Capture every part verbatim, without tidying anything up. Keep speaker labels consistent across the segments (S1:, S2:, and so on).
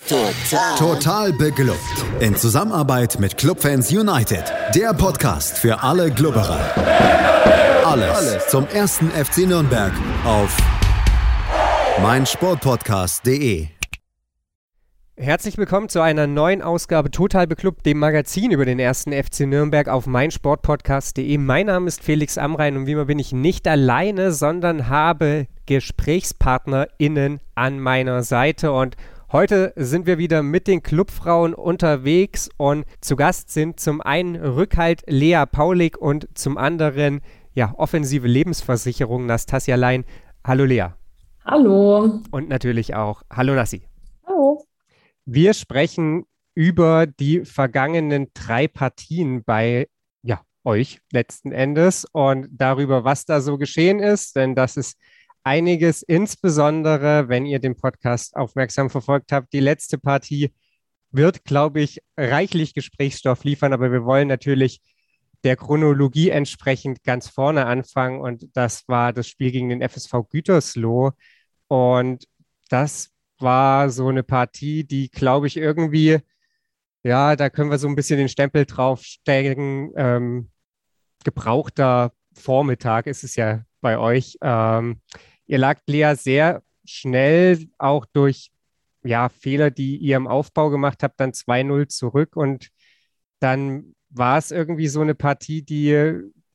S1: Total. Total beglückt. In Zusammenarbeit mit Clubfans United. Der Podcast für alle Glubberer. Alles, Alles zum ersten F C Nürnberg auf meinsportpodcast punkt de.
S2: Herzlich willkommen zu einer neuen Ausgabe Total beklubbt, dem Magazin über den ersten F C Nürnberg auf meinsportpodcast punkt de. Mein Name ist Felix Amrain und wie immer bin ich nicht alleine, sondern habe GesprächspartnerInnen an meiner Seite. Und heute sind wir wieder mit den Clubfrauen unterwegs und zu Gast sind zum einen Rückhalt Lea Paulik und zum anderen ja, offensive Lebensversicherung Nastasia Lein. Hallo Lea.
S3: Hallo.
S2: Und natürlich auch Hallo Nassi.
S3: Hallo.
S2: Wir sprechen über die vergangenen drei Partien bei ja, euch letzten Endes und darüber, was da so geschehen ist, denn das ist einiges, insbesondere wenn ihr den Podcast aufmerksam verfolgt habt. Die letzte Partie wird, glaube ich, reichlich Gesprächsstoff liefern, aber wir wollen natürlich der Chronologie entsprechend ganz vorne anfangen und das war das Spiel gegen den F S V Gütersloh und das war so eine Partie, die, glaube ich, irgendwie, ja, da können wir so ein bisschen den Stempel draufstecken. Ähm, gebrauchter Vormittag ist es ja bei euch. Ähm, ihr lagt Lea sehr schnell, auch durch ja, Fehler, die ihr im Aufbau gemacht habt, dann zwei null zurück und dann war es irgendwie so eine Partie, die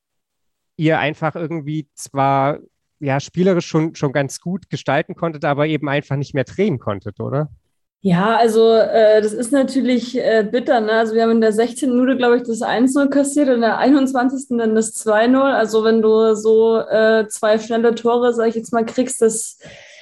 S2: ihr einfach irgendwie zwar ja, spielerisch schon, schon ganz gut gestalten konntet, aber eben einfach nicht mehr drehen konntet, oder?
S3: Ja, also äh, das ist natürlich äh, bitter, ne? Also wir haben in der sechzehnten Minute, glaube ich, das eins null kassiert, in der einundzwanzigsten dann das zwei null. Also wenn du so äh, zwei schnelle Tore, sag ich jetzt mal, kriegst, das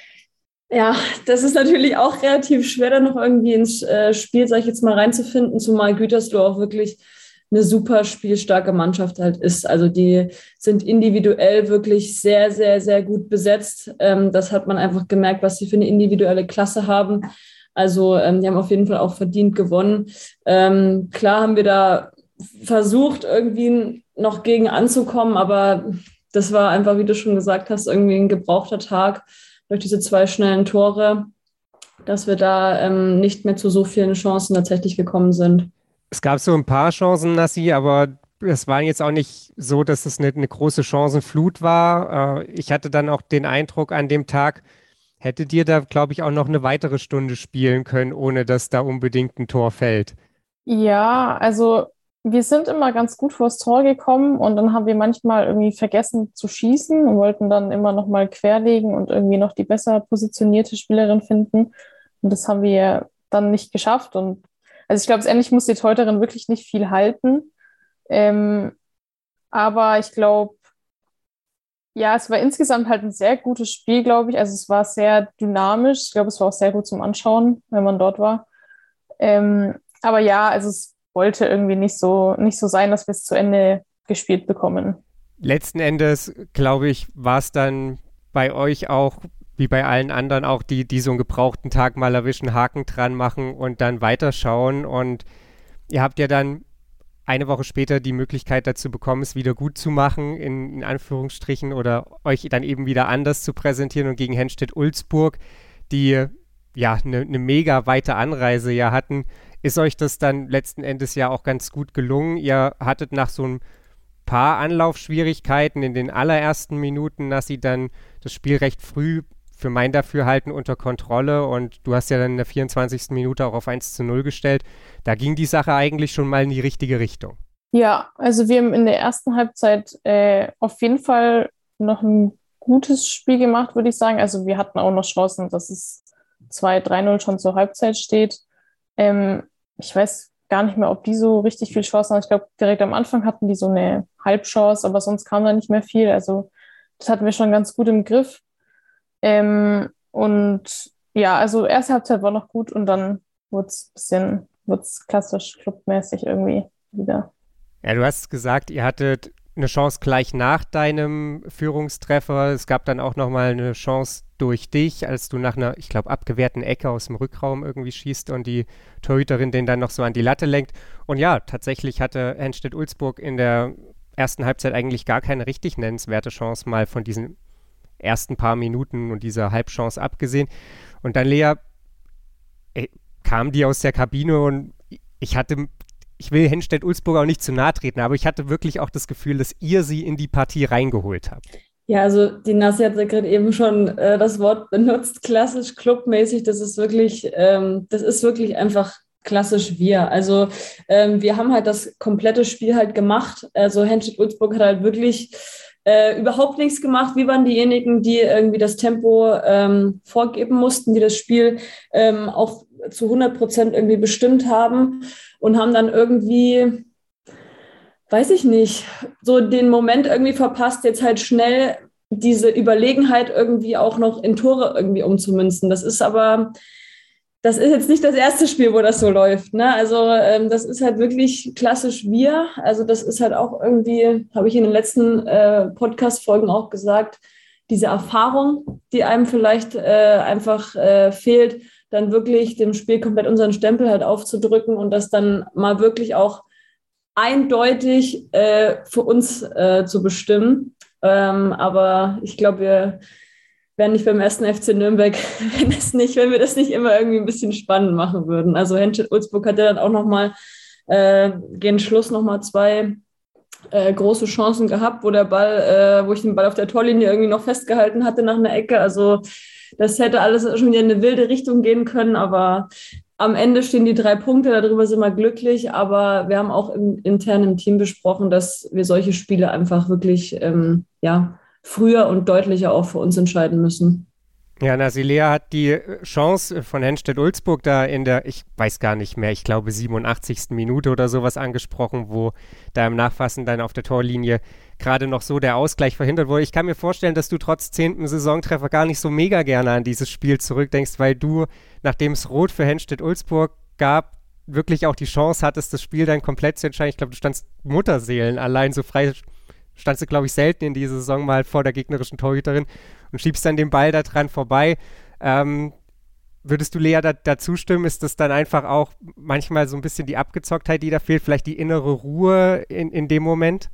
S3: ja, das ist natürlich auch relativ schwer, da noch irgendwie ins äh, Spiel, sag ich jetzt mal, reinzufinden, zumal Gütersloh auch wirklich eine super spielstarke Mannschaft halt ist. Also die sind individuell wirklich sehr, sehr, sehr gut besetzt. Ähm, das hat man einfach gemerkt, was sie für eine individuelle Klasse haben. Also ähm, die haben auf jeden Fall auch verdient gewonnen. Ähm, klar haben wir da versucht, irgendwie noch gegen anzukommen, aber das war einfach, wie du schon gesagt hast, irgendwie ein gebrauchter Tag durch diese zwei schnellen Tore, dass wir da ähm, nicht mehr zu so vielen Chancen tatsächlich gekommen sind.
S2: Es gab so ein paar Chancen, Nassi, aber es war jetzt auch nicht so, dass es eine, eine große Chancenflut war. Äh, ich hatte dann auch den Eindruck an dem Tag, hättet ihr da, glaube ich, auch noch eine weitere Stunde spielen können, ohne dass da unbedingt ein Tor fällt.
S4: Ja, also wir sind immer ganz gut vors Tor gekommen und dann haben wir manchmal irgendwie vergessen zu schießen und wollten dann immer noch mal querlegen und irgendwie noch die besser positionierte Spielerin finden. Und das haben wir dann nicht geschafft und also ich glaube, letztendlich muss die Torhüterin wirklich nicht viel halten. Ähm, aber ich glaube, ja, es war insgesamt halt ein sehr gutes Spiel, glaube ich. Also es war sehr dynamisch. Ich glaube, es war auch sehr gut zum Anschauen, wenn man dort war. Ähm, aber ja, also es wollte irgendwie nicht so, nicht so sein, dass wir es zu Ende gespielt bekommen.
S2: Letzten Endes, glaube ich, war es dann bei euch auch wie bei allen anderen auch, die, die so einen gebrauchten Tag mal erwischen, Haken dran machen und dann weiterschauen. Und ihr habt ja dann eine Woche später die Möglichkeit dazu bekommen, es wieder gut zu machen, in, in Anführungsstrichen, oder euch dann eben wieder anders zu präsentieren und gegen Henstedt-Ulzburg, die ja eine ne mega weite Anreise ja hatten, ist euch das dann letzten Endes ja auch ganz gut gelungen. Ihr hattet nach so ein paar Anlaufschwierigkeiten in den allerersten Minuten, dass sie dann das Spiel recht früh für mein Dafürhalten unter Kontrolle und du hast ja dann in der vierundzwanzigsten Minute auch auf eins zu null gestellt. Da ging die Sache eigentlich schon mal in die richtige Richtung.
S4: Ja, also wir haben in der ersten Halbzeit äh, auf jeden Fall noch ein gutes Spiel gemacht, würde ich sagen. Also wir hatten auch noch Chancen, dass es zwei drei null schon zur Halbzeit steht. Ähm, ich weiß gar nicht mehr, ob die so richtig viel Chancen haben. Ich glaube, direkt am Anfang hatten die so eine Halbchance, aber sonst kam da nicht mehr viel. Also das hatten wir schon ganz gut im Griff. Ähm, und ja, also erste Halbzeit war noch gut und dann wurde es ein bisschen wird's klassisch clubmäßig irgendwie wieder.
S2: Ja, du hast gesagt, ihr hattet eine Chance gleich nach deinem Führungstreffer. Es gab dann auch nochmal eine Chance durch dich, als du nach einer, ich glaube, abgewehrten Ecke aus dem Rückraum irgendwie schießt und die Torhüterin den dann noch so an die Latte lenkt. Und ja, tatsächlich hatte Henstedt-Ulzburg in der ersten Halbzeit eigentlich gar keine richtig nennenswerte Chance, mal von diesen ersten paar Minuten und dieser Halbchance abgesehen. Und dann, Lea, ey, kamen die aus der Kabine und ich hatte, ich will Henstedt-Ulzburg auch nicht zu nahe treten, aber ich hatte wirklich auch das Gefühl, dass ihr sie in die Partie reingeholt habt.
S3: Ja, also die Nassi hat ja gerade eben schon äh, das Wort benutzt, klassisch clubmäßig. Das ist wirklich, ähm, das ist wirklich einfach klassisch wir. Also ähm, wir haben halt das komplette Spiel halt gemacht. Also Henstedt-Ulzburg hat halt wirklich äh, überhaupt nichts gemacht. Wir waren diejenigen, die irgendwie das Tempo ähm, vorgeben mussten, die das Spiel ähm, auch zu hundert Prozent irgendwie bestimmt haben und haben dann irgendwie, weiß ich nicht, so den Moment irgendwie verpasst, jetzt halt schnell diese Überlegenheit irgendwie auch noch in Tore irgendwie umzumünzen. Das ist aber, das ist jetzt nicht das erste Spiel, wo das so läuft, ne? Also ähm, das ist halt wirklich klassisch wir. Also das ist halt auch irgendwie, habe ich in den letzten äh, Podcast-Folgen auch gesagt, diese Erfahrung, die einem vielleicht äh, einfach äh, fehlt, dann wirklich dem Spiel komplett unseren Stempel halt aufzudrücken und das dann mal wirklich auch eindeutig äh, für uns äh, zu bestimmen. Ähm, aber ich glaube, wir wären nicht beim ersten F C Nürnberg, wenn, es nicht, wenn wir das nicht immer irgendwie ein bisschen spannend machen würden. Also Henstedt-Ulzburg hat ja dann auch nochmal äh, gegen Schluss nochmal zwei äh, große Chancen gehabt, wo der Ball, äh, wo ich den Ball auf der Torlinie irgendwie noch festgehalten hatte nach einer Ecke. Also das hätte alles schon wieder in eine wilde Richtung gehen können, aber am Ende stehen die drei Punkte, darüber sind wir glücklich, aber wir haben auch im, intern im Team besprochen, dass wir solche Spiele einfach wirklich ähm, ja, früher und deutlicher auch für uns entscheiden müssen.
S2: Ja, Nasilea hat die Chance von Henstedt-Ulzburg da in der, ich weiß gar nicht mehr, ich glaube siebenundachtzigsten Minute oder sowas angesprochen, wo da im Nachfassen dann auf der Torlinie gerade noch so der Ausgleich verhindert wurde. Ich kann mir vorstellen, dass du trotz zehnten Saisontreffer gar nicht so mega gerne an dieses Spiel zurückdenkst, weil du, nachdem es Rot für Henstedt-Ulzburg gab, wirklich auch die Chance hattest, das Spiel dann komplett zu entscheiden. Ich glaube, du standst Mutterseelen allein, so frei standst du, glaube ich, selten in dieser Saison mal vor der gegnerischen Torhüterin und schiebst dann den Ball da dran vorbei. Ähm, würdest du, Lea, da, da zustimmen? Ist das dann einfach auch manchmal so ein bisschen die Abgezocktheit, die da fehlt, vielleicht die innere Ruhe in, in dem Moment?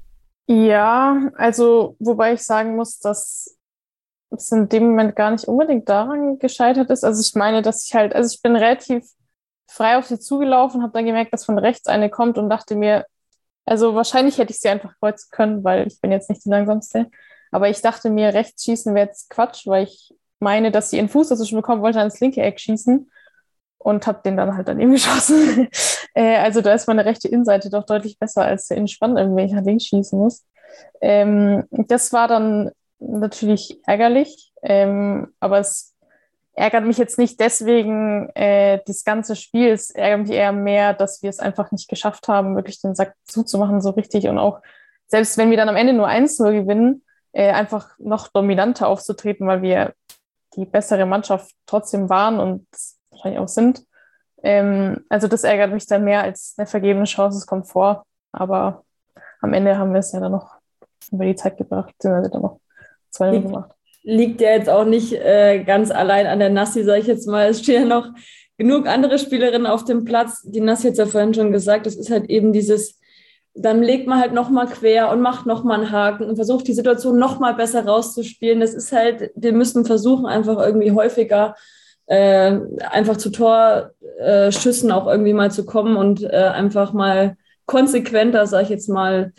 S4: Ja, also wobei ich sagen muss, dass es in dem Moment gar nicht unbedingt daran gescheitert ist. Also ich meine, dass ich halt, also ich bin relativ frei auf sie zugelaufen, habe dann gemerkt, dass von rechts eine kommt und dachte mir, also wahrscheinlich hätte ich sie einfach kreuzen können, weil ich bin jetzt nicht die langsamste. Aber ich dachte mir, rechts schießen wäre jetzt Quatsch, weil ich meine, dass sie ihren Fuß dazwischen bekommen wollte, ans linke Eck schießen und habe den dann halt daneben geschossen. äh, also da ist meine rechte Innenseite doch deutlich besser, als der Innenspann irgendwie nach links schießen muss. Ähm, das war dann natürlich ärgerlich, ähm, aber es ärgert mich jetzt nicht deswegen äh, das ganze Spiel. Es ärgert mich eher mehr, dass wir es einfach nicht geschafft haben, wirklich den Sack zuzumachen so richtig und auch, selbst wenn wir dann am Ende nur eins null gewinnen, äh, einfach noch dominanter aufzutreten, weil wir die bessere Mannschaft trotzdem waren und wahrscheinlich auch sind. Ähm, also das ärgert mich dann mehr als eine vergebene Chance, es kommt vor. Aber am Ende haben wir es ja dann noch über die Zeit gebracht, beziehungsweise dann noch zwei null gemacht.
S3: Liegt ja jetzt auch nicht äh, ganz allein an der Nassi, sage ich jetzt mal. Es stehen ja noch genug andere Spielerinnen auf dem Platz. Die Nassi hat es ja vorhin schon gesagt, das ist halt eben dieses, dann legt man halt nochmal quer und macht nochmal einen Haken und versucht die Situation nochmal besser rauszuspielen. Das ist halt, wir müssen versuchen, einfach irgendwie häufiger äh, einfach zu Torschüssen äh, auch irgendwie mal zu kommen und äh, einfach mal konsequenter, sage ich jetzt mal,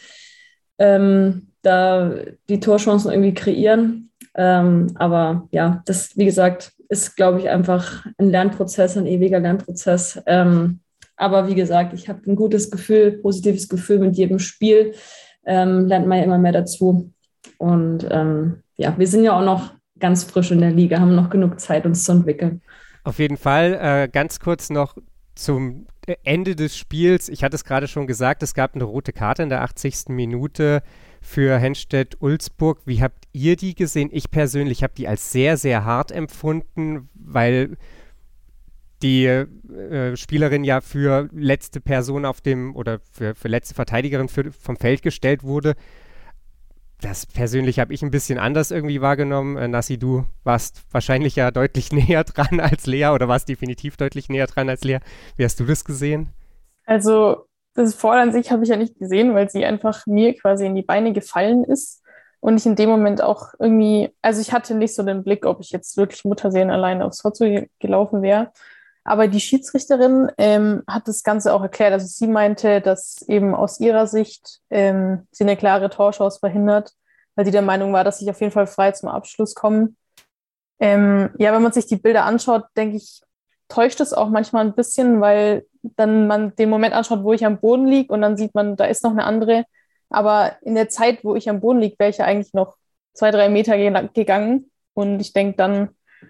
S3: ähm, da die Torchancen irgendwie kreieren. Ähm, aber ja, das, wie gesagt, ist, glaube ich, einfach ein Lernprozess, ein ewiger Lernprozess. Ähm, aber wie gesagt, ich habe ein gutes Gefühl, positives Gefühl mit jedem Spiel. Ähm, lernt man ja immer mehr dazu. Und ähm, ja, wir sind ja auch noch ganz frisch in der Liga, haben noch genug Zeit, uns zu entwickeln.
S2: Auf jeden Fall. Äh, ganz kurz noch zum Ende des Spiels. Ich hatte es gerade schon gesagt, es gab eine rote Karte in der achtzigsten Minute für Henstedt-Ulzburg. Wie habt ihr die gesehen? Ich persönlich habe die als sehr, sehr hart empfunden, weil die äh, Spielerin ja für letzte Person auf dem oder für, für letzte Verteidigerin für, vom Feld gestellt wurde. Das persönlich habe ich ein bisschen anders irgendwie wahrgenommen. Äh, Nassi, du warst wahrscheinlich ja deutlich näher dran als Lea oder warst definitiv deutlich näher dran als Lea. Wie hast du das gesehen?
S4: Also das Foul an sich habe ich ja nicht gesehen, weil sie einfach mir quasi in die Beine gefallen ist und ich in dem Moment auch irgendwie, also ich hatte nicht so den Blick, ob ich jetzt wirklich Mutterseelen alleine aufs Tor gelaufen wäre, Aber die Schiedsrichterin ähm, hat das Ganze auch erklärt. Also sie meinte, dass eben aus ihrer Sicht ähm, sie eine klare Torchance verhindert, weil sie der Meinung war, dass sie auf jeden Fall frei zum Abschluss kommen. Ähm, ja, wenn man sich die Bilder anschaut, denke ich, täuscht es auch manchmal ein bisschen, weil dann man den Moment anschaut, wo ich am Boden liege und dann sieht man, da ist noch eine andere. Aber in der Zeit, wo ich am Boden liege, wäre ich ja eigentlich noch zwei, drei Meter ge- gegangen. Und ich denke, dann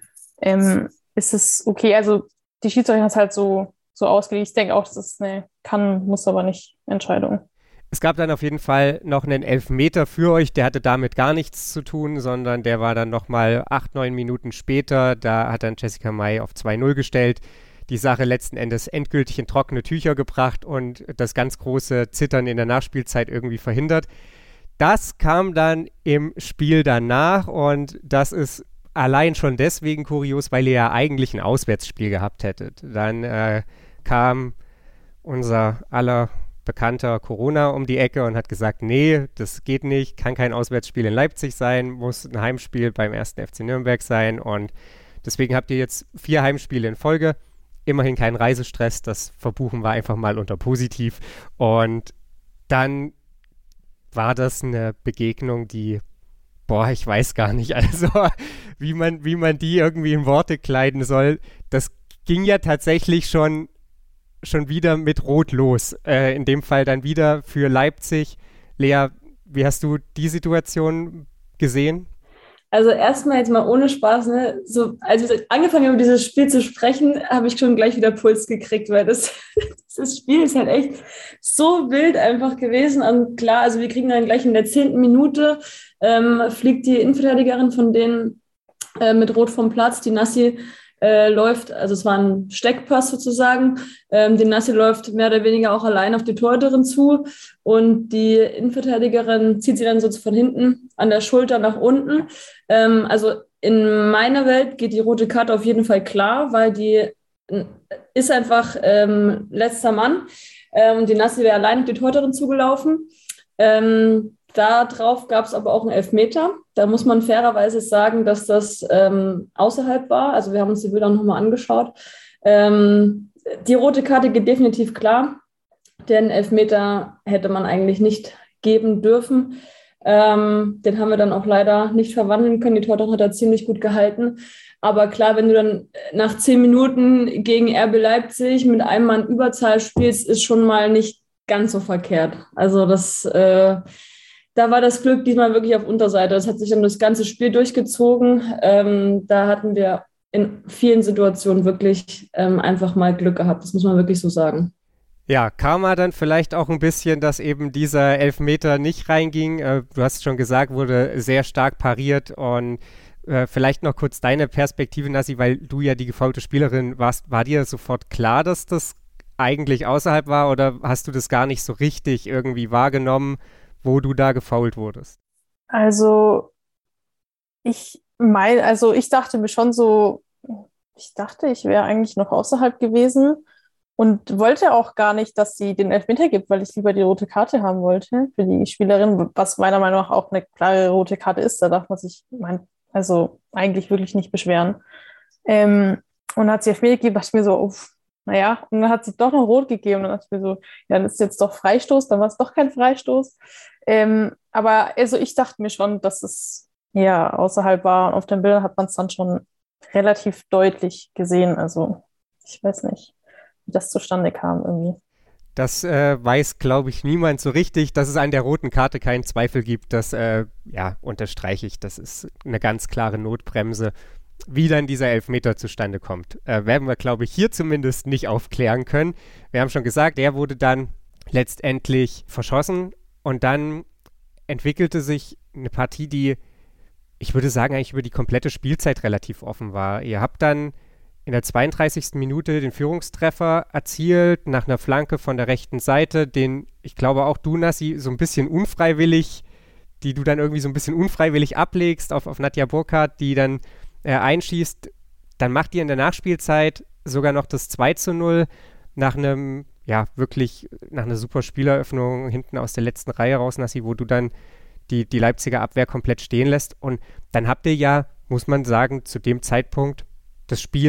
S4: ähm, ist es okay. Also die Schiedsrichterin hat es halt so, so ausgelegt. Ich denke auch, das ist eine kann, muss aber nicht Entscheidung.
S2: Es gab dann auf jeden Fall noch einen Elfmeter für euch, der hatte damit gar nichts zu tun, sondern der war dann nochmal acht, neun Minuten später. Da hat dann Jessica May auf zwei null gestellt, die Sache letzten Endes endgültig in trockene Tücher gebracht und das ganz große Zittern in der Nachspielzeit irgendwie verhindert. Das kam dann im Spiel danach und das ist allein schon deswegen kurios, weil ihr ja eigentlich ein Auswärtsspiel gehabt hättet. Dann äh, kam unser aller bekannter Corona um die Ecke und hat gesagt, nee, das geht nicht, kann kein Auswärtsspiel in Leipzig sein, muss ein Heimspiel beim ersten F C Nürnberg sein und deswegen habt ihr jetzt vier Heimspiele in Folge, immerhin kein Reisestress, das verbuchen wir einfach mal unter positiv und dann war das eine Begegnung, die, boah, ich weiß gar nicht, also wie man, wie man die irgendwie in Worte kleiden soll, das ging ja tatsächlich schon schon wieder mit Rot los. Äh, in dem Fall dann wieder für Leipzig. Lea, wie hast du die Situation gesehen?
S3: Also erstmal jetzt mal ohne Spaß, ne? So, als wir angefangen haben, über dieses Spiel zu sprechen, habe ich schon gleich wieder Puls gekriegt, weil das, das Spiel ist halt echt so wild einfach gewesen. Und klar, also wir kriegen dann gleich in der zehnten Minute, ähm, fliegt die Innenverteidigerin von denen äh, mit Rot vom Platz, die Nassi Äh, läuft, also es war ein Steckpass sozusagen, ähm, die Nassi läuft mehr oder weniger auch allein auf die Torhüterin zu und die Innenverteidigerin zieht sie dann so von hinten an der Schulter nach unten. Ähm, also in meiner Welt geht die rote Karte auf jeden Fall klar, weil die ist einfach ähm, letzter Mann. Ähm, die Nassi wäre allein auf die Torhüterin zugelaufen. Ähm, Darauf gab es aber auch einen Elfmeter. Da muss man fairerweise sagen, dass das ähm, außerhalb war. Also wir haben uns die Bilder nochmal angeschaut. Ähm, die rote Karte geht definitiv klar. Den Elfmeter hätte man eigentlich nicht geben dürfen. Ähm, den haben wir dann auch leider nicht verwandeln können. Die Torhüterin hat da ziemlich gut gehalten. Aber klar, wenn du dann nach zehn Minuten gegen R B Leipzig mit einem Mann Überzahl spielst, ist schon mal nicht ganz so verkehrt. Also das... Äh, Da war das Glück diesmal wirklich auf Unterseite. Das hat sich dann das ganze Spiel durchgezogen. Ähm, da hatten wir in vielen Situationen wirklich ähm, einfach mal Glück gehabt. Das muss man wirklich so sagen.
S2: Ja, Karma dann vielleicht auch ein bisschen, dass eben dieser Elfmeter nicht reinging. Äh, du hast schon gesagt, wurde sehr stark pariert und äh, vielleicht noch kurz deine Perspektive, Nassi, weil du ja die gefoulte Spielerin warst. War dir sofort klar, dass das eigentlich außerhalb war oder hast du das gar nicht so richtig irgendwie wahrgenommen, wo du da gefoult wurdest?
S4: Also ich meine, also ich dachte mir schon so, ich dachte, ich wäre eigentlich noch außerhalb gewesen und wollte auch gar nicht, dass sie den Elfmeter gibt, weil ich lieber die rote Karte haben wollte für die Spielerin, was meiner Meinung nach auch eine klare rote Karte ist. Da darf man sich, mein, also eigentlich wirklich nicht beschweren. Ähm, und dann hat sie Elfmeter gegeben, dachte ich mir so, uff, naja, und dann hat sie doch noch rot gegeben. Und dann dachte ich mir so, ja, dann ist jetzt doch Freistoß, dann war es doch kein Freistoß. Ähm, aber also ich dachte mir schon, dass es ja außerhalb war. Und auf den Bildern hat man es dann schon relativ deutlich gesehen. Also ich weiß nicht, wie das zustande kam irgendwie.
S2: Das äh, weiß, glaube ich, niemand so richtig. Dass es an der roten Karte keinen Zweifel gibt, das äh, ja, unterstreiche ich. Das ist eine ganz klare Notbremse. Wie dann dieser Elfmeter zustande kommt, äh, werden wir, glaube ich, hier zumindest nicht aufklären können. Wir haben schon gesagt, der wurde dann letztendlich verschossen und dann entwickelte sich eine Partie, die, ich würde sagen, eigentlich über die komplette Spielzeit relativ offen war. Ihr habt dann in der zweiunddreißigsten Minute den Führungstreffer erzielt, nach einer Flanke von der rechten Seite, den, ich glaube auch du, Nassi, so ein bisschen unfreiwillig, die du dann irgendwie so ein bisschen unfreiwillig ablegst auf, auf Nadja Burkhardt, die dann äh, einschießt. Dann macht ihr in der Nachspielzeit sogar noch das zwei zu null nach einem, ja, wirklich nach einer super Spieleröffnung hinten aus der letzten Reihe raus, Nassi, wo du dann die, die Leipziger Abwehr komplett stehen lässt. Und dann habt ihr ja, muss man sagen, zu dem Zeitpunkt das Spiel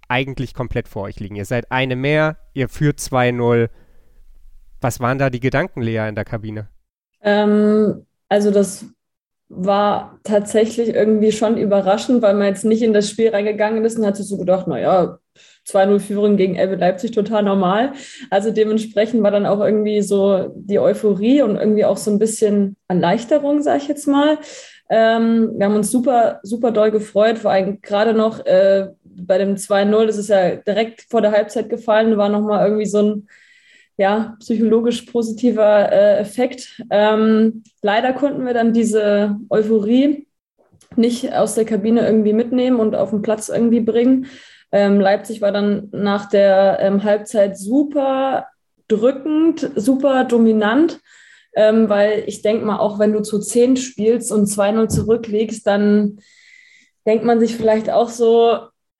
S2: eigentlich komplett vor euch liegen. Ihr seid eine mehr, ihr führt zwei null. Was waren da die Gedanken, Lea, in der Kabine?
S3: Ähm, also das war tatsächlich irgendwie schon überraschend, weil man jetzt nicht in das Spiel reingegangen ist und hat sich so gedacht, naja, zwei null Führung gegen R B Leipzig, total normal. Also dementsprechend war dann auch irgendwie so die Euphorie und irgendwie auch so ein bisschen Erleichterung, sage ich jetzt mal. Ähm, wir haben uns super, super doll gefreut, vor allem gerade noch äh, bei dem zwei null, das ist ja direkt vor der Halbzeit gefallen, war nochmal irgendwie so ein ja, psychologisch positiver äh, Effekt. Ähm, leider konnten wir dann diese Euphorie nicht aus der Kabine irgendwie mitnehmen und auf den Platz irgendwie bringen. Ähm, Leipzig war dann nach der ähm, Halbzeit super drückend, super dominant, ähm, weil ich denke mal, auch wenn du zu zehn spielst und zwei null zurückliegst, dann denkt man sich vielleicht auch so,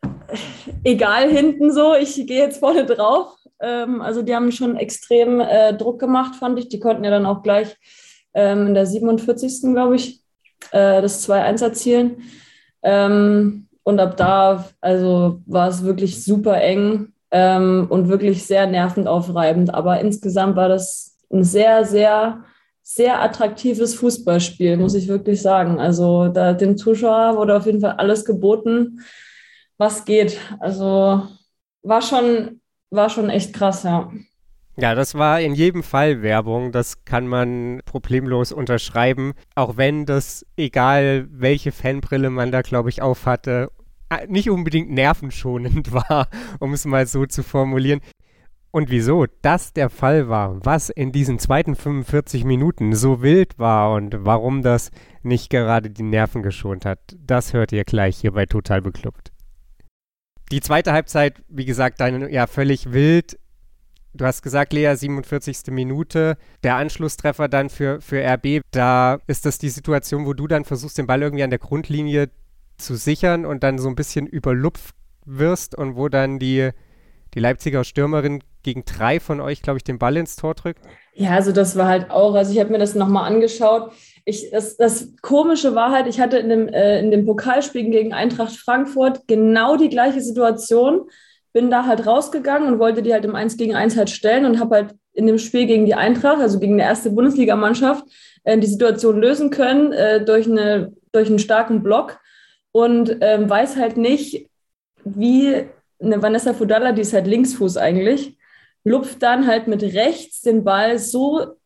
S3: egal hinten so, ich gehe jetzt vorne drauf. Ähm, also die haben schon extrem äh, Druck gemacht, fand ich. Die konnten ja dann auch gleich ähm, in der siebenundvierzigsten glaube ich, äh, das zwei eins erzielen. Ähm, und ab da also war es wirklich super eng ähm, und wirklich sehr nervenaufreibend. Aber insgesamt war das ein sehr, sehr, sehr attraktives Fußballspiel, muss ich wirklich sagen. Also da dem Zuschauer wurde auf jeden Fall alles geboten, was geht. Also war schon, war schon echt krass, ja.
S2: Ja, das war in jedem Fall Werbung, das kann man problemlos unterschreiben, auch wenn das, egal welche Fanbrille man da, glaube ich, aufhatte, nicht unbedingt nervenschonend war, um es mal so zu formulieren. Und wieso das der Fall war, was in diesen zweiten fünfundvierzig Minuten so wild war und warum das nicht gerade die Nerven geschont hat, das hört ihr gleich hier bei Total Beklubbt. Die zweite Halbzeit, wie gesagt, dann ja völlig wild. Du hast gesagt, Lea, siebenundvierzigste Minute, der Anschlusstreffer dann für, für R B. Da ist das die Situation, wo du dann versuchst, den Ball irgendwie an der Grundlinie zu sichern und dann so ein bisschen überlupft wirst und wo dann die, die Leipziger Stürmerin gegen drei von euch, glaube ich, den Ball ins Tor drückt.
S3: Ja, also das war halt auch, also ich habe mir das nochmal angeschaut. Ich, das, das Komische war halt, ich hatte in dem, äh, in dem Pokalspiel gegen Eintracht Frankfurt genau die gleiche Situation. Bin da halt rausgegangen und wollte die halt im eins gegen eins halt stellen und habe halt in dem Spiel gegen die Eintracht, also gegen die erste Bundesligamannschaft, äh, die Situation lösen können äh, durch, eine, durch einen starken Block und ähm, weiß halt nicht, wie eine Vanessa Fudalla, die ist halt Linksfuß eigentlich, lupft dann halt mit rechts den Ball so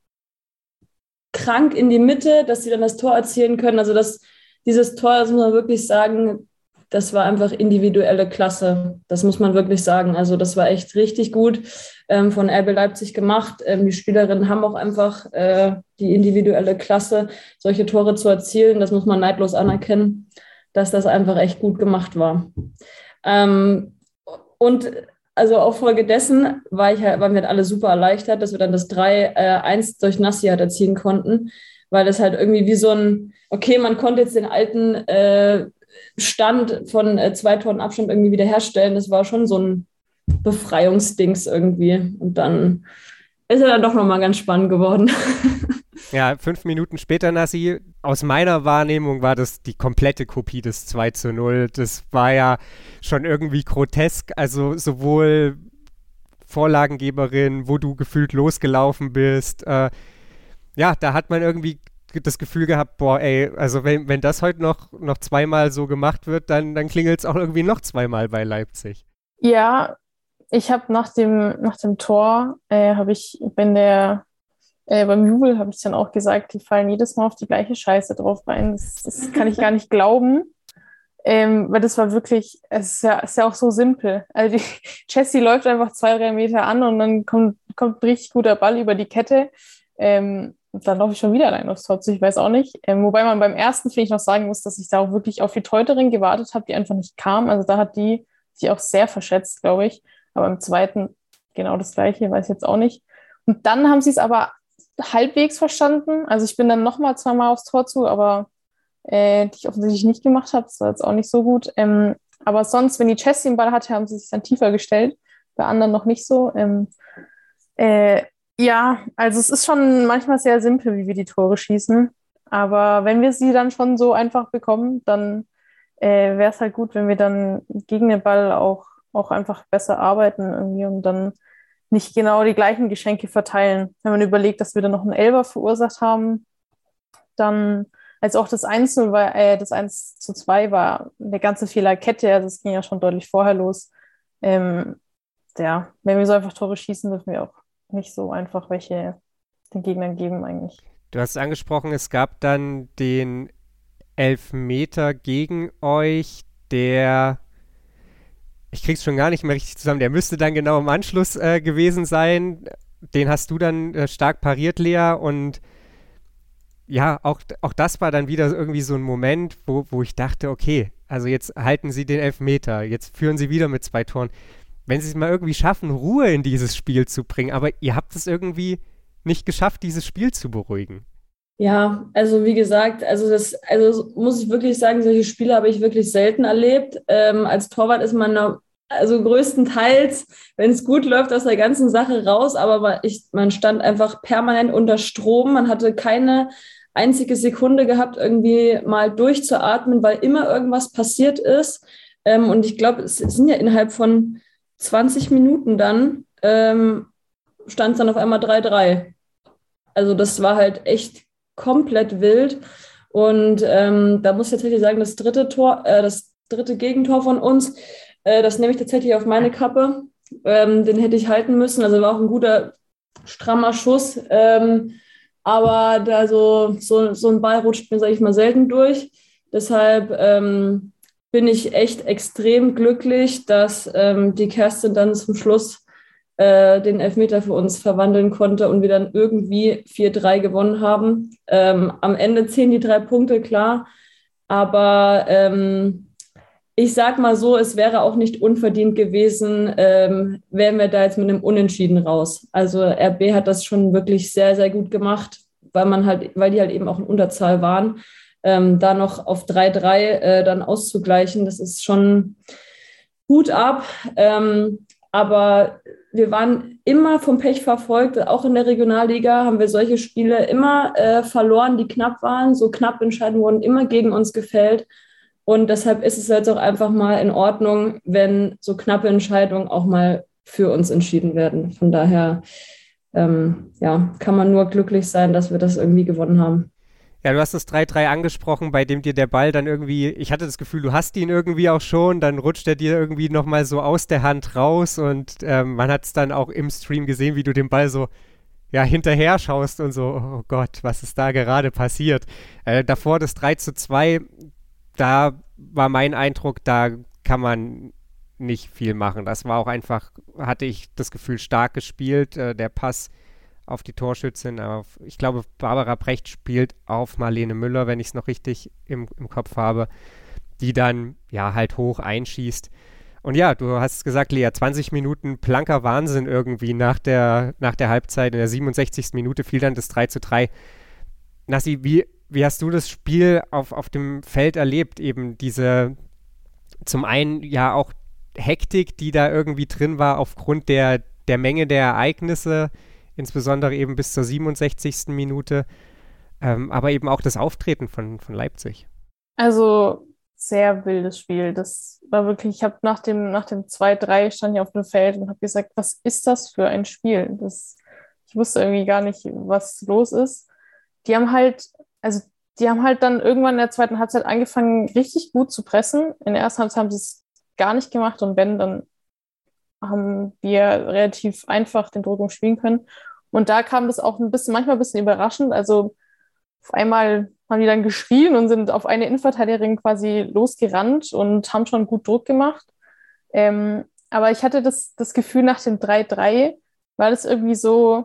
S3: krank in die Mitte, dass sie dann das Tor erzielen können. Also das, dieses Tor, das muss man wirklich sagen, das war einfach individuelle Klasse. Das muss man wirklich sagen. Also das war echt richtig gut ähm, von R B Leipzig gemacht. Ähm, die Spielerinnen haben auch einfach äh, die individuelle Klasse, solche Tore zu erzielen. Das muss man neidlos anerkennen, dass das einfach echt gut gemacht war. Ähm, und also auch Folge dessen war ich, waren wir halt alle super erleichtert, dass wir dann das drei eins durch Nassi halt erzielen konnten, weil das halt irgendwie wie so ein, okay, man konnte jetzt den alten äh, Stand von äh, zwei Toren Abstand irgendwie wiederherstellen. Das war schon so ein Befreiungsdings irgendwie. Und dann ist er dann doch nochmal ganz spannend geworden.
S2: Ja, fünf Minuten später, Nassi, aus meiner Wahrnehmung war das die komplette Kopie des zwei zu null. Das war ja schon irgendwie grotesk, also sowohl Vorlagengeberin, wo du gefühlt losgelaufen bist. Äh, ja, da hat man irgendwie das Gefühl gehabt, boah, ey, also wenn, wenn das heute noch, noch zweimal so gemacht wird, dann, dann klingelt es auch irgendwie noch zweimal bei Leipzig.
S4: Ja, ich habe nach dem, nach dem Tor, äh, habe ich, wenn der Äh, beim Jubel habe ich dann auch gesagt, die fallen jedes Mal auf die gleiche Scheiße drauf rein. Das, das kann ich gar nicht glauben, ähm, weil das war wirklich, es ist ja, ist ja auch so simpel. Also die Jessie läuft einfach zwei, drei Meter an und dann kommt, kommt ein richtig guter Ball über die Kette. Ähm, und dann laufe ich schon wieder allein aufs Tor zu, ich weiß auch nicht. Ähm, wobei man beim ersten, finde ich, noch sagen muss, dass ich da auch wirklich auf die Teuterin gewartet habe, die einfach nicht kam. Also da hat die sich auch sehr verschätzt, glaube ich. Aber im zweiten genau das Gleiche, weiß ich jetzt auch nicht. Und dann haben sie es aber halbwegs verstanden. Also ich bin dann nochmal zweimal aufs Tor zu, aber äh, die ich offensichtlich nicht gemacht habe. Das war jetzt auch nicht so gut. Ähm, aber sonst, wenn die Jessie den Ball hatte, haben sie sich dann tiefer gestellt. Bei anderen noch nicht so. Ähm, äh, ja, also es ist schon manchmal sehr simpel, wie wir die Tore schießen. Aber wenn wir sie dann schon so einfach bekommen, dann äh, wäre es halt gut, wenn wir dann gegen den Ball auch auch einfach besser arbeiten irgendwie und dann nicht genau die gleichen Geschenke verteilen. Wenn man überlegt, dass wir dann noch einen Elfer verursacht haben, dann als auch das eins zu null war, äh, das eins zu zwei war eine ganze Fehlerkette, also es ging ja schon deutlich vorher los. Ähm, ja, wenn wir so einfach Tore schießen, dürfen wir auch nicht so einfach welche den Gegnern geben eigentlich.
S2: Du hast angesprochen, es gab dann den Elfmeter gegen euch, der, ich krieg's schon gar nicht mehr richtig zusammen, der müsste dann genau im Anschluss äh, gewesen sein. Den hast du dann äh, stark pariert, Lea, und ja, auch, auch das war dann wieder irgendwie so ein Moment, wo, wo ich dachte, okay, also jetzt halten sie den Elfmeter, jetzt führen sie wieder mit zwei Toren. Wenn sie es mal irgendwie schaffen, Ruhe in dieses Spiel zu bringen, aber ihr habt es irgendwie nicht geschafft, dieses Spiel zu beruhigen.
S3: Ja, also wie gesagt, also das, also muss ich wirklich sagen, solche Spiele habe ich wirklich selten erlebt. Ähm, als Torwart ist man noch, also größtenteils, wenn es gut läuft, aus der ganzen Sache raus, aber man, ich, man stand einfach permanent unter Strom. Man hatte keine einzige Sekunde gehabt, irgendwie mal durchzuatmen, weil immer irgendwas passiert ist. Ähm, und ich glaube, es sind ja innerhalb von zwanzig Minuten dann, ähm, stand es dann auf einmal drei drei. Also das war halt echt komplett wild. Und ähm, da muss ich tatsächlich sagen, das dritte Tor, äh, das dritte Gegentor von uns, äh, das nehme ich tatsächlich auf meine Kappe. Ähm, den hätte ich halten müssen. Also war auch ein guter, strammer Schuss. Ähm, aber da so, so, so ein Ball rutscht mir, sage ich mal, selten durch. Deshalb ähm, bin ich echt extrem glücklich, dass ähm, die Kerstin dann zum Schluss äh, den Elfmeter für uns verwandeln konnte und wir dann irgendwie vier drei gewonnen haben. Ähm, am Ende zählen die drei Punkte, klar. Aber ähm, ich sag mal so, es wäre auch nicht unverdient gewesen, ähm, wären wir da jetzt mit einem Unentschieden raus. Also R B hat das schon wirklich sehr, sehr gut gemacht, weil man halt, weil die halt eben auch in Unterzahl waren. Ähm, da noch auf drei drei äh, dann auszugleichen, das ist schon Hut ab. Ähm, aber wir waren immer vom Pech verfolgt. Auch in der Regionalliga haben wir solche Spiele immer äh, verloren, die knapp waren. So knapp Entscheidungen wurden immer gegen uns gefällt. Und deshalb ist es jetzt auch einfach mal in Ordnung, wenn so knappe Entscheidungen auch mal für uns entschieden werden. Von daher ähm, ja, kann man nur glücklich sein, dass wir das irgendwie gewonnen haben.
S2: Ja, du hast das drei drei angesprochen, bei dem dir der Ball dann irgendwie, ich hatte das Gefühl, du hast ihn irgendwie auch schon, dann rutscht er dir irgendwie nochmal so aus der Hand raus und ähm, man hat es dann auch im Stream gesehen, wie du den Ball so ja, hinterher schaust und so, oh Gott, was ist da gerade passiert? Äh, davor das drei zu zwei, da war mein Eindruck, da kann man nicht viel machen. Das war auch einfach, hatte ich das Gefühl, stark gespielt, äh, der Pass auf die Torschützin. Auf, ich glaube, Barbara Precht spielt auf Marlene Müller, wenn ich es noch richtig im, im Kopf habe, die dann ja halt hoch einschießt. Und ja, du hast gesagt, Lea, zwanzig Minuten blanker Wahnsinn irgendwie nach der, nach der Halbzeit. In der siebenundsechzigsten Minute fiel dann das drei zu drei. Nassi, wie, wie hast du das Spiel auf, auf dem Feld erlebt? Eben diese, zum einen ja auch Hektik, die da irgendwie drin war aufgrund der, der Menge der Ereignisse, insbesondere eben bis zur siebenundsechzigsten Minute, ähm, aber eben auch das Auftreten von, von Leipzig.
S4: Also sehr wildes Spiel. Das war wirklich, ich habe nach dem, nach dem zwei drei stand ich auf dem Feld und habe gesagt, was ist das für ein Spiel? Das, ich wusste irgendwie gar nicht, was los ist. Die haben halt, also die haben halt dann irgendwann in der zweiten Halbzeit angefangen, richtig gut zu pressen. In der ersten Halbzeit haben sie es gar nicht gemacht und wenn, dann haben wir relativ einfach den Druck umspielen können. Und da kam das auch ein bisschen, manchmal ein bisschen überraschend. Also auf einmal haben die dann geschrien und sind auf eine Innenverteidigerin quasi losgerannt und haben schon gut Druck gemacht. Ähm, aber ich hatte das, das Gefühl, nach dem drei drei war das irgendwie so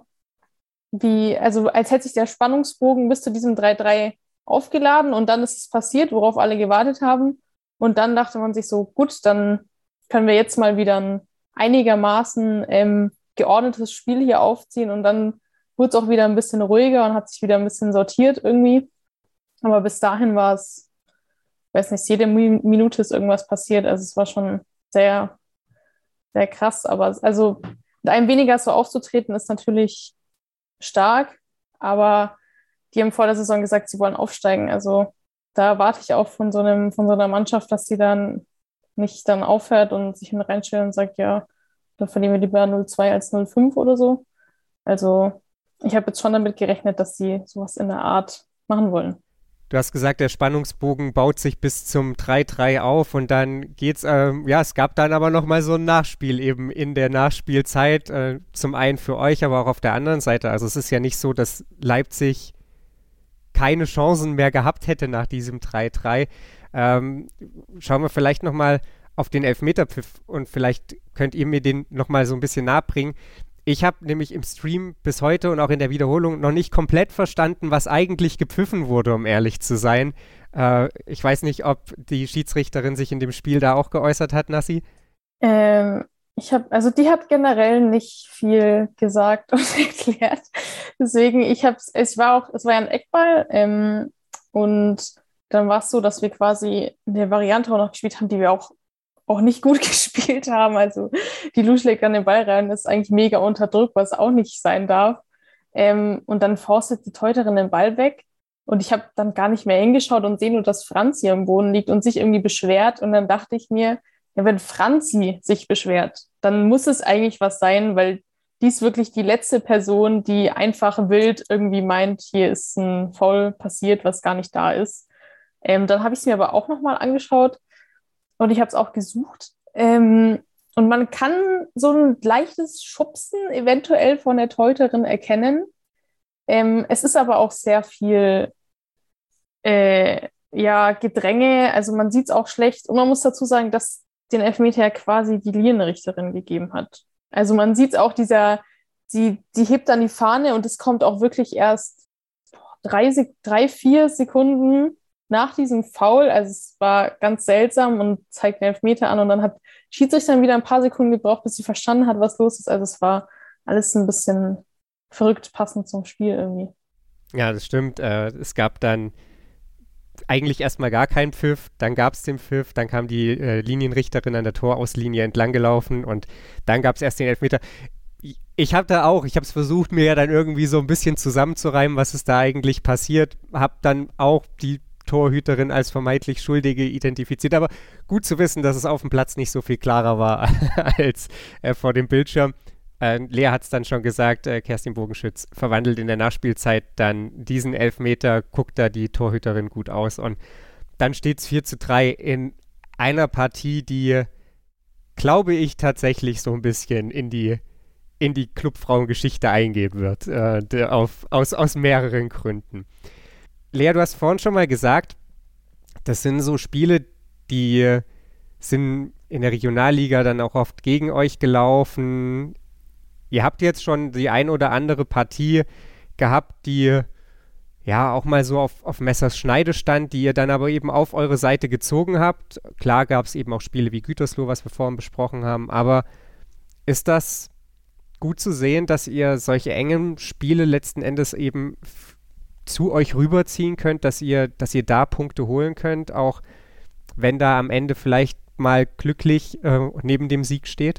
S4: wie, also als hätte sich der Spannungsbogen bis zu diesem drei drei aufgeladen und dann ist es passiert, worauf alle gewartet haben. Und dann dachte man sich so, gut, dann können wir jetzt mal wieder ein einigermaßen ähm, geordnetes Spiel hier aufziehen und dann wurde es auch wieder ein bisschen ruhiger und hat sich wieder ein bisschen sortiert irgendwie. Aber bis dahin war es, ich weiß nicht, jede Minute ist irgendwas passiert. Also es war schon sehr, sehr krass. Aber es, also mit einem weniger so aufzutreten ist natürlich stark, aber die haben vor der Saison gesagt, sie wollen aufsteigen. Also da erwarte ich auch von so einem, von so einer Mannschaft, dass sie dann nicht dann aufhört und sich reinstellt und sagt, ja, da verlieren wir lieber null zwei als null fünf oder so. Also ich habe jetzt schon damit gerechnet, dass sie sowas in der Art machen wollen.
S2: Du hast gesagt, der Spannungsbogen baut sich bis zum drei drei auf und dann geht's, ähm, ja, es gab dann aber nochmal so ein Nachspiel eben in der Nachspielzeit, äh, zum einen für euch, aber auch auf der anderen Seite. Also es ist ja nicht so, dass Leipzig keine Chancen mehr gehabt hätte nach diesem drei drei. Ähm, schauen wir vielleicht nochmal auf den Elfmeterpfiff und vielleicht könnt ihr mir den nochmal so ein bisschen nahebringen. Ich habe nämlich im Stream bis heute und auch in der Wiederholung noch nicht komplett verstanden, was eigentlich gepfiffen wurde, um ehrlich zu sein. Äh, ich weiß nicht, ob die Schiedsrichterin sich in dem Spiel da auch geäußert hat, Nassi.
S4: Ähm, ich habe, also die hat generell nicht viel gesagt und erklärt. Deswegen, ich habe es war auch, es war ja ein Eckball ähm, und dann war es so, dass wir quasi eine Variante auch noch gespielt haben, die wir auch auch nicht gut gespielt haben. Also die Lu schlägt an den Ball rein, ist eigentlich mega unter Druck, was auch nicht sein darf. Ähm, und dann forstet die Teuterin den Ball weg und ich habe dann gar nicht mehr hingeschaut und sehe nur, dass Franzi am Boden liegt und sich irgendwie beschwert. Und dann dachte ich mir, ja, wenn Franzi sich beschwert, dann muss es eigentlich was sein, weil die ist wirklich die letzte Person, die einfach wild irgendwie meint, hier ist ein Foul passiert, was gar nicht da ist. Ähm, dann habe ich es mir aber auch nochmal angeschaut. Und ich habe es auch gesucht. Ähm, und man kann so ein leichtes Schubsen eventuell von der Teuterin erkennen. Ähm, es ist aber auch sehr viel äh, ja, Gedränge. Also man sieht es auch schlecht. Und man muss dazu sagen, dass den Elfmeter ja quasi die Linienrichterin gegeben hat. Also man sieht es auch, dieser, die, die hebt dann die Fahne und es kommt auch wirklich erst drei, drei, vier Sekunden nach diesem Foul, also es war ganz seltsam und zeigt den Elfmeter an und dann hat Schiedsrichter dann wieder ein paar Sekunden gebraucht, bis sie verstanden hat, was los ist. Also es war alles ein bisschen verrückt passend zum Spiel irgendwie.
S2: Ja, das stimmt. Äh, es gab dann eigentlich erstmal gar keinen Pfiff, dann gab es den Pfiff, dann kam die äh, Linienrichterin an der Torauslinie entlang gelaufen und dann gab es erst den Elfmeter. Ich habe da auch, ich habe es versucht, mir ja dann irgendwie so ein bisschen zusammenzureimen, was ist da eigentlich passiert, habe dann auch die Torhüterin als vermeintlich Schuldige identifiziert, aber gut zu wissen, dass es auf dem Platz nicht so viel klarer war als äh, vor dem Bildschirm. Äh, Lea hat es dann schon gesagt, äh, Kerstin Bogenschütz verwandelt in der Nachspielzeit dann diesen Elfmeter, guckt da die Torhüterin gut aus und dann steht es vier zu drei in einer Partie, die, glaube ich, tatsächlich so ein bisschen in die in die Clubfrauengeschichte eingehen wird, äh, der, auf, aus, aus mehreren Gründen. Lea, du hast vorhin schon mal gesagt, das sind so Spiele, die sind in der Regionalliga dann auch oft gegen euch gelaufen. Ihr habt jetzt schon die ein oder andere Partie gehabt, die ja auch mal so auf, auf Messers Schneide stand, die ihr dann aber eben auf eure Seite gezogen habt. Klar gab es eben auch Spiele wie Gütersloh, was wir vorhin besprochen haben, aber ist das gut zu sehen, dass ihr solche engen Spiele letzten Endes eben zu euch rüberziehen könnt, dass ihr, dass ihr da Punkte holen könnt, auch wenn da am Ende vielleicht mal glücklich äh, neben dem Sieg steht?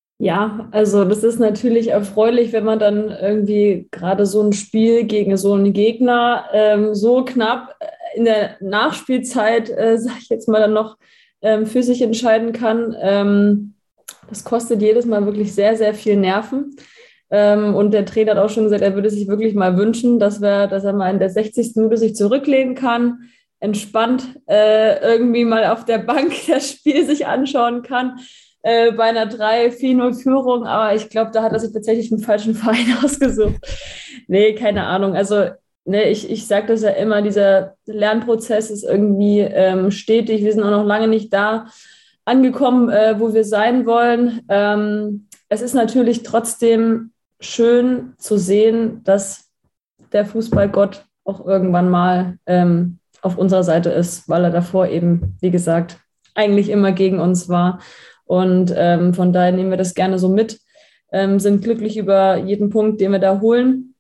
S3: Ja, also das ist natürlich erfreulich, wenn man dann irgendwie gerade so ein Spiel gegen so einen Gegner ähm, so knapp in der Nachspielzeit, äh, sag ich jetzt mal, dann noch ähm, für sich entscheiden kann. Ähm, das kostet jedes Mal wirklich sehr, sehr viel Nerven. Ähm, und der Trainer hat auch schon gesagt, er würde sich wirklich mal wünschen, dass, wir, dass er mal in der sechzigsten Minute sich zurücklehnen kann, entspannt äh, irgendwie mal auf der Bank das Spiel sich anschauen kann, äh, bei einer drei vier null Führung. Aber ich glaube, da hat er sich tatsächlich einen falschen Verein ausgesucht. Nee, keine Ahnung. Also ne, ich, ich sage das ja immer, dieser Lernprozess ist irgendwie ähm, stetig. Wir sind auch noch lange nicht da angekommen, äh, wo wir sein wollen. Ähm, es ist natürlich trotzdem schön zu sehen, dass der Fußballgott auch irgendwann mal ähm, auf unserer Seite ist, weil er davor eben, wie gesagt, eigentlich immer gegen uns war. Und ähm, von daher nehmen wir das gerne so mit, ähm, sind glücklich über jeden Punkt, den wir da holen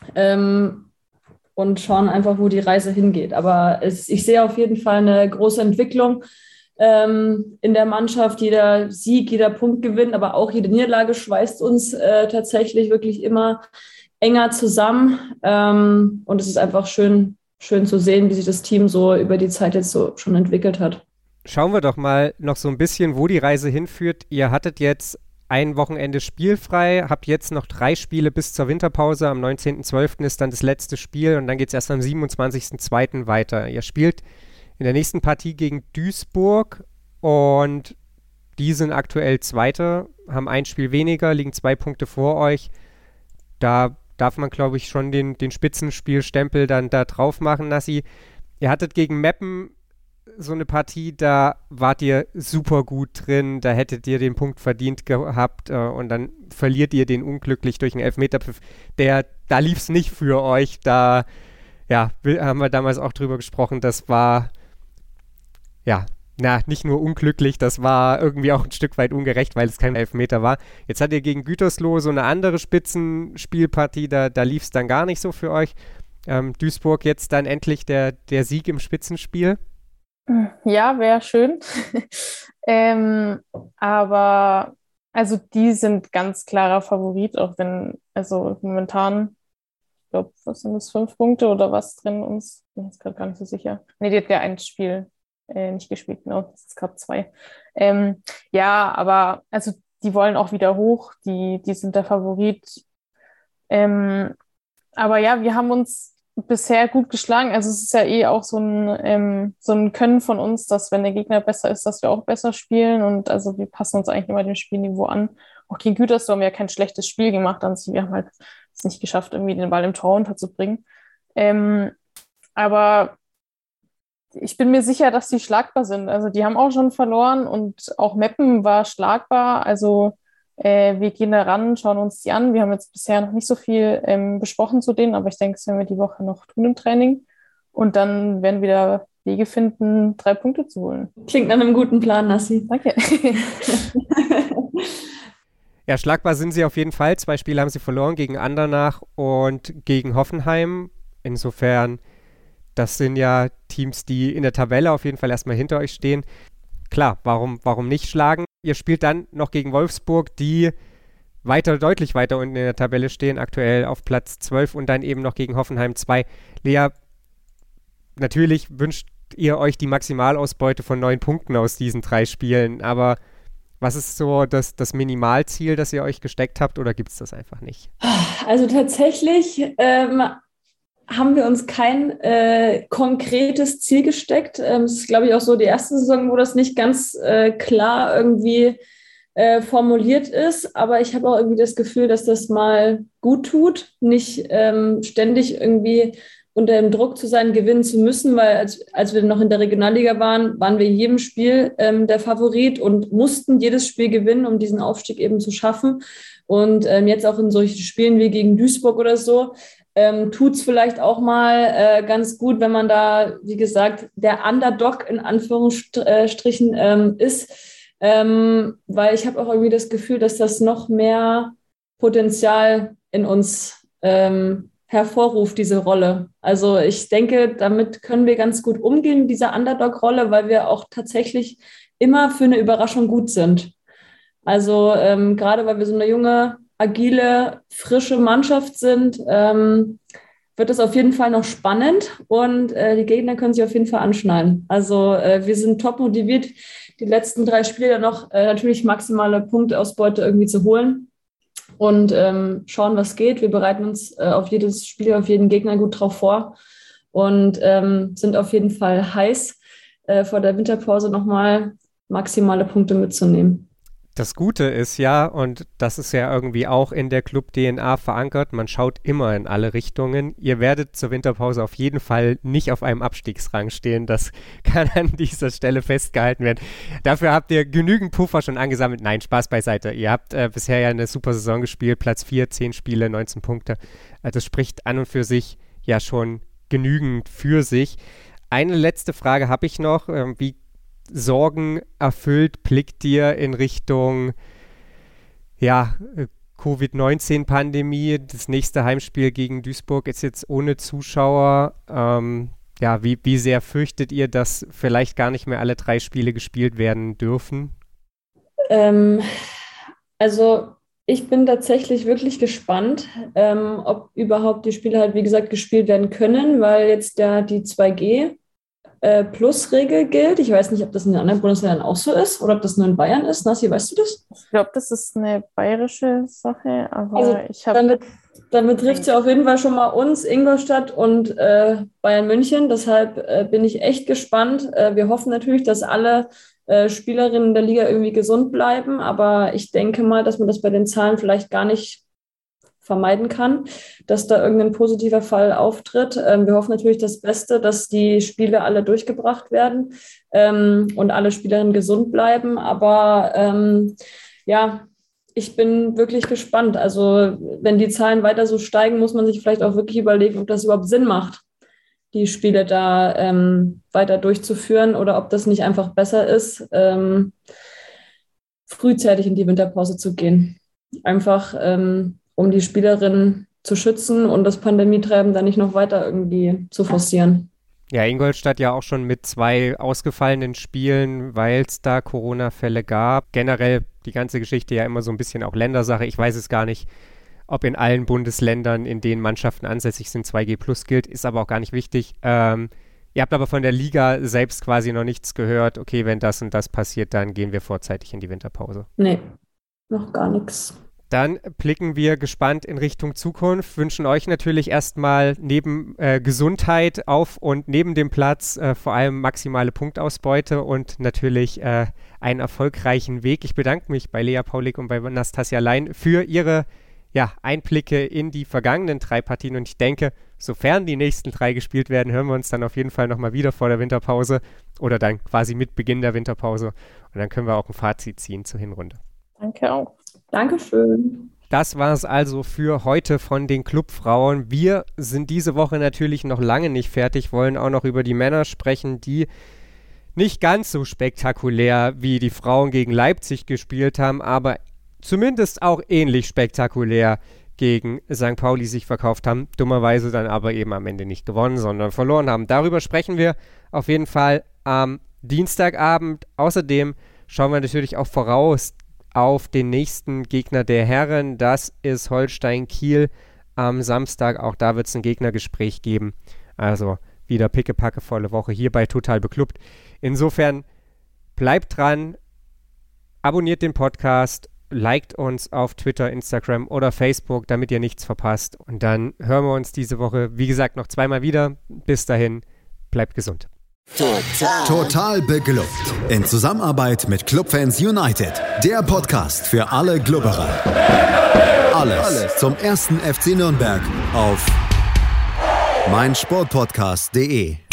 S3: ähm, und schauen einfach, wo die Reise hingeht. Aber es, ich sehe auf jeden Fall eine große Entwicklung ähm, in der Mannschaft. Jeder Sieg, jeder Punktgewinn, aber auch jede Niederlage schweißt uns äh, tatsächlich wirklich immer enger zusammen. Ähm, und es ist einfach schön, schön zu sehen, wie sich das Team so über die Zeit jetzt so schon entwickelt hat.
S2: schauen wir doch mal noch so ein bisschen, wo die Reise hinführt. Ihr hattet jetzt ein Wochenende spielfrei, habt jetzt noch drei Spiele bis zur Winterpause. Am neunzehnten zwölften ist dann das letzte Spiel und dann geht es erst am siebenundzwanzigsten zweiten weiter. Ihr spielt in der nächsten Partie gegen Duisburg und die sind aktuell Zweiter, haben ein Spiel weniger, liegen zwei Punkte vor euch. Da darf man, glaube ich, schon den, den Spitzenspielstempel dann da drauf machen, Nassi. Ihr hattet gegen Meppen so eine Partie, da wart ihr super gut drin, da hättet ihr den Punkt verdient gehabt äh, und dann verliert ihr den unglücklich durch einen Elfmeterpfiff. Der, da lief es nicht für euch, da ja, haben wir damals auch drüber gesprochen, das war ja, na, nicht nur unglücklich, das war irgendwie auch ein Stück weit ungerecht, weil es kein Elfmeter war. Jetzt hat ihr gegen Gütersloh so eine andere Spitzenspielpartie, da, da lief es dann gar nicht so für euch. Ähm, Duisburg jetzt dann endlich der, der Sieg im Spitzenspiel.
S4: Ja, wäre schön. ähm, aber also die sind ganz klarer Favorit, auch wenn, also momentan, ich glaube, was sind das, fünf Punkte oder was drin uns? Ich bin jetzt gerade gar nicht so sicher. Nee, die hat ja ein Spiel äh, nicht gespielt, genau, das ist gerade zwei. Ähm, ja, aber also die wollen auch wieder hoch, die, die sind der Favorit. Ähm, aber ja, wir haben uns bisher gut geschlagen. Also es ist ja eh auch so ein, ähm, so ein Können von uns, dass wenn der Gegner besser ist, dass wir auch besser spielen. Und also wir passen uns eigentlich immer dem Spielniveau an. Auch gegen Gütersloh haben wir ja kein schlechtes Spiel gemacht. Also wir haben halt es nicht geschafft, irgendwie den Ball im Tor unterzubringen. Ähm, aber ich bin mir sicher, dass die schlagbar sind. Also die haben auch schon verloren und auch Meppen war schlagbar. Also Äh, wir gehen da ran, schauen uns die an. Wir haben jetzt bisher noch nicht so viel ähm, besprochen zu denen, aber ich denke, das werden wir die Woche noch tun im Training. Und dann werden wir da Wege finden, drei Punkte zu holen.
S3: Klingt nach einem guten Plan, Nassi.
S4: Danke.
S2: Ja, schlagbar sind sie auf jeden Fall. Zwei Spiele haben sie verloren gegen Andernach und gegen Hoffenheim. Insofern, das sind ja Teams, die in der Tabelle auf jeden Fall erstmal hinter euch stehen. Klar, warum, warum nicht schlagen? Ihr spielt dann noch gegen Wolfsburg, die weiter, deutlich weiter unten in der Tabelle stehen, aktuell auf Platz zwölf und dann eben noch gegen Hoffenheim zwei. Lea, natürlich wünscht ihr euch die Maximalausbeute von neun Punkten aus diesen drei Spielen, aber was ist so das, das Minimalziel, das ihr euch gesteckt habt, oder gibt es das einfach nicht?
S3: Also tatsächlich ähm, haben wir uns kein äh, konkretes Ziel gesteckt. Ähm, es ist, glaube ich, auch so die erste Saison, wo das nicht ganz äh, klar irgendwie äh, formuliert ist. Aber ich habe auch irgendwie das Gefühl, dass das mal gut tut, nicht ähm, ständig irgendwie unter dem Druck zu sein, gewinnen zu müssen, weil als, als wir noch in der Regionalliga waren, waren wir in jedem Spiel ähm, der Favorit und mussten jedes Spiel gewinnen, um diesen Aufstieg eben zu schaffen. Und ähm, jetzt auch in solchen Spielen wie gegen Duisburg oder so, Ähm, tut es vielleicht auch mal äh, ganz gut, wenn man da, wie gesagt, der Underdog in Anführungsstrichen ähm, ist, ähm, weil ich habe auch irgendwie das Gefühl, dass das noch mehr Potenzial in uns ähm, hervorruft, diese Rolle. Also ich denke, damit können wir ganz gut umgehen, mit dieser Underdog-Rolle, weil wir auch tatsächlich immer für eine Überraschung gut sind. Also ähm, gerade weil wir so eine junge, agile, frische Mannschaft sind, ähm, wird es auf jeden Fall noch spannend und äh, die Gegner können sich auf jeden Fall anschneiden. Also äh, wir sind top motiviert, die letzten drei Spiele dann noch äh, natürlich maximale Punktausbeute irgendwie zu holen und ähm, schauen, was geht. Wir bereiten uns äh, auf jedes Spiel, auf jeden Gegner gut drauf vor und ähm, sind auf jeden Fall heiß, äh, vor der Winterpause nochmal maximale Punkte mitzunehmen.
S2: Das Gute ist ja, und das ist ja irgendwie auch in der Club-D N A verankert, man schaut immer in alle Richtungen. Ihr werdet zur Winterpause auf jeden Fall nicht auf einem Abstiegsrang stehen. Das kann an dieser Stelle festgehalten werden. Dafür habt ihr genügend Puffer schon angesammelt. Nein, Spaß beiseite. Ihr habt äh, bisher ja eine super Saison gespielt. Platz vier, zehn Spiele, neunzehn Punkte. Also das spricht an und für sich ja schon genügend für sich. Eine letzte Frage habe ich noch. Ähm, wie Sorgen erfüllt blickt ihr in Richtung ja, Covid neunzehn Pandemie? Das nächste Heimspiel gegen Duisburg ist jetzt ohne Zuschauer. Ähm, ja, wie, wie sehr fürchtet ihr, dass vielleicht gar nicht mehr alle drei Spiele gespielt werden dürfen?
S3: Ähm, also ich bin tatsächlich wirklich gespannt, ähm, ob überhaupt die Spiele halt, wie gesagt, gespielt werden können, weil jetzt ja die zwei G Plus-Regel gilt. Ich weiß nicht, ob das in den anderen Bundesländern auch so ist oder ob das nur in Bayern ist. Nasi, weißt du das?
S4: Ich glaube, das ist eine bayerische Sache, aber
S3: also
S4: ich habe...
S3: Damit, damit trifft es ja auf jeden Fall schon mal uns, Ingolstadt und äh, Bayern München. Deshalb äh, bin ich echt gespannt. Äh, wir hoffen natürlich, dass alle äh, Spielerinnen der Liga irgendwie gesund bleiben, aber ich denke mal, dass man das bei den Zahlen vielleicht gar nicht vermeiden kann, dass da irgendein positiver Fall auftritt. Ähm, wir hoffen natürlich das Beste, dass die Spiele alle durchgebracht werden ähm, und alle Spielerinnen gesund bleiben. Aber ähm, ja, ich bin wirklich gespannt. Also wenn die Zahlen weiter so steigen, muss man sich vielleicht auch wirklich überlegen, ob das überhaupt Sinn macht, die Spiele da ähm, weiter durchzuführen oder ob das nicht einfach besser ist, ähm, frühzeitig in die Winterpause zu gehen. Einfach ähm, um die Spielerinnen zu schützen und das Pandemietreiben dann nicht noch weiter irgendwie zu forcieren.
S2: Ja, Ingolstadt ja auch schon mit zwei ausgefallenen Spielen, weil es da Corona-Fälle gab. Generell die ganze Geschichte ja immer so ein bisschen auch Ländersache. Ich weiß es gar nicht, ob in allen Bundesländern, in denen Mannschaften ansässig sind, zwei G plus gilt, ist aber auch gar nicht wichtig. Ähm, ihr habt aber von der Liga selbst quasi noch nichts gehört. Okay, wenn das und das passiert, dann gehen wir vorzeitig in die Winterpause.
S3: Nee, noch gar nichts.
S2: Dann blicken wir gespannt in Richtung Zukunft, wünschen euch natürlich erstmal neben äh, Gesundheit auf und neben dem Platz äh, vor allem maximale Punktausbeute und natürlich äh, einen erfolgreichen Weg. Ich bedanke mich bei Lea Paulik und bei Nastasia Lein für ihre ja, Einblicke in die vergangenen drei Partien und ich denke, sofern die nächsten drei gespielt werden, hören wir uns dann auf jeden Fall nochmal wieder vor der Winterpause oder dann quasi mit Beginn der Winterpause und dann können wir auch ein Fazit ziehen zur Hinrunde.
S4: Danke auch.
S3: Dankeschön.
S2: Das war es also für heute von den Clubfrauen. Wir sind diese Woche natürlich noch lange nicht fertig, wollen auch noch über die Männer sprechen, die nicht ganz so spektakulär wie die Frauen gegen Leipzig gespielt haben, aber zumindest auch ähnlich spektakulär gegen Sankt Pauli sich verkauft haben. Dummerweise dann aber eben am Ende nicht gewonnen, sondern verloren haben. Darüber sprechen wir auf jeden Fall am Dienstagabend. Außerdem schauen wir natürlich auch voraus auf den nächsten Gegner der Herren. Das ist Holstein Kiel am Samstag. Auch da wird es ein Gegnergespräch geben. Also wieder pickepackevolle Woche hier bei Total Beklubbt. Insofern bleibt dran, abonniert den Podcast, liked uns auf Twitter, Instagram oder Facebook, damit ihr nichts verpasst. Und dann hören wir uns diese Woche, wie gesagt, noch zweimal wieder. Bis dahin, bleibt gesund.
S1: Total. Total beglückt. In Zusammenarbeit mit Clubfans United. Der Podcast für alle Glubberer. Alles, Alles zum ersten F C Nürnberg auf meinsportpodcast punkt de.